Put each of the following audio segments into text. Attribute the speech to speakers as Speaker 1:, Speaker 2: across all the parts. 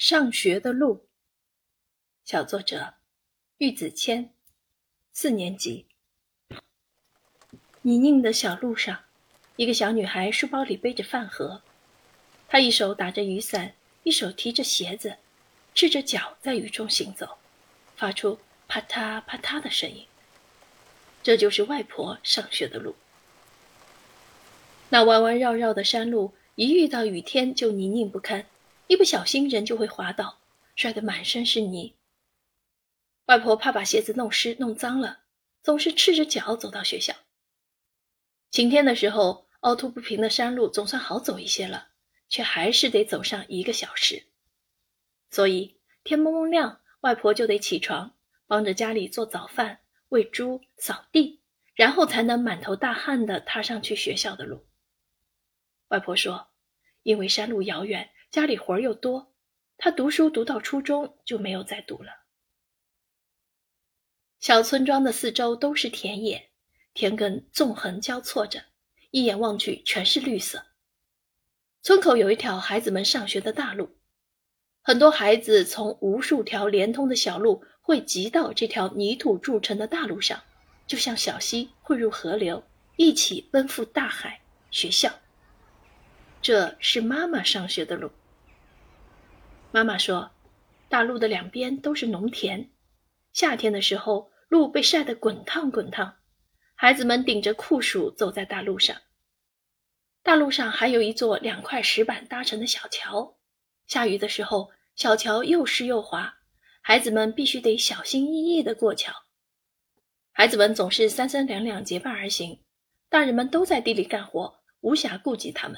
Speaker 1: 上学的路，小作者玉子谦，4年级。泥泞的小路上，一个小女孩书包里背着饭盒，她一手打着雨伞，一手提着鞋子，赤着脚在雨中行走，发出啪嗒啪嗒的声音。这就是外婆上学的路。那弯弯绕绕的山路，一遇到雨天就泥泞不堪，一不小心人就会滑倒，摔得满身是泥。外婆怕把鞋子弄湿弄脏了，总是赤着脚走到学校。晴天的时候，凹凸不平的山路总算好走一些了，却还是得走上1个小时。所以天蒙蒙亮，外婆就得起床，帮着家里做早饭、喂猪、扫地，然后才能满头大汗地踏上去学校的路。外婆说，因为山路遥远，家里活又多，她读书读到初中就没有再读了。小村庄的四周都是田野，田埂纵横交错着，一眼望去全是绿色。村口有一条孩子们上学的大路，很多孩子从无数条连通的小路汇集到这条泥土筑成的大路上，就像小溪汇入河流，一起奔赴大海、学校。这是妈妈上学的路。妈妈说，大路的两边都是农田，夏天的时候，路被晒得滚烫滚烫，孩子们顶着酷暑走在大路上。大路上还有一座2块石板搭成的小桥，下雨的时候，小桥又湿又滑，孩子们必须得小心翼翼地过桥。孩子们总是3、3、2、2结伴而行，大人们都在地里干活，无暇顾及他们。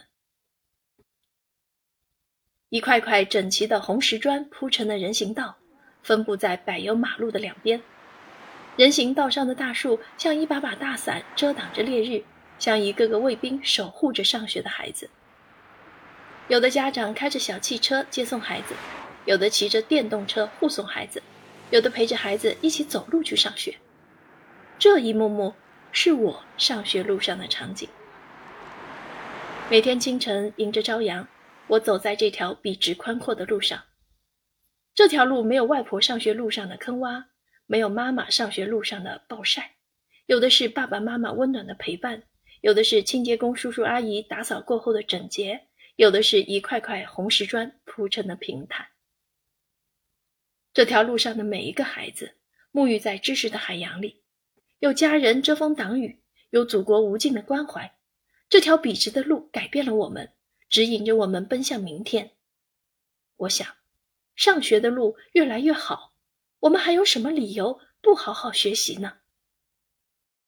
Speaker 1: 一块块整齐的红石砖铺成的人行道，分布在柏油马路的两边。人行道上的大树像一把把大伞遮挡着烈日，像一个个卫兵守护着上学的孩子。有的家长开着小汽车接送孩子，有的骑着电动车护送孩子，有的陪着孩子一起走路去上学。这一幕幕是我上学路上的场景。每天清晨迎着朝阳，我走在这条笔直宽阔的路上。这条路没有外婆上学路上的坑洼，没有妈妈上学路上的暴晒，有的是爸爸妈妈温暖的陪伴，有的是清洁工叔叔阿姨打扫过后的整洁，有的是一块块红石砖铺成的平坦。这条路上的每一个孩子沐浴在知识的海洋里，有家人遮风挡雨，有祖国无尽的关怀。这条笔直的路改变了我们，指引着我们奔向明天。我想，上学的路越来越好，我们还有什么理由不好好学习呢？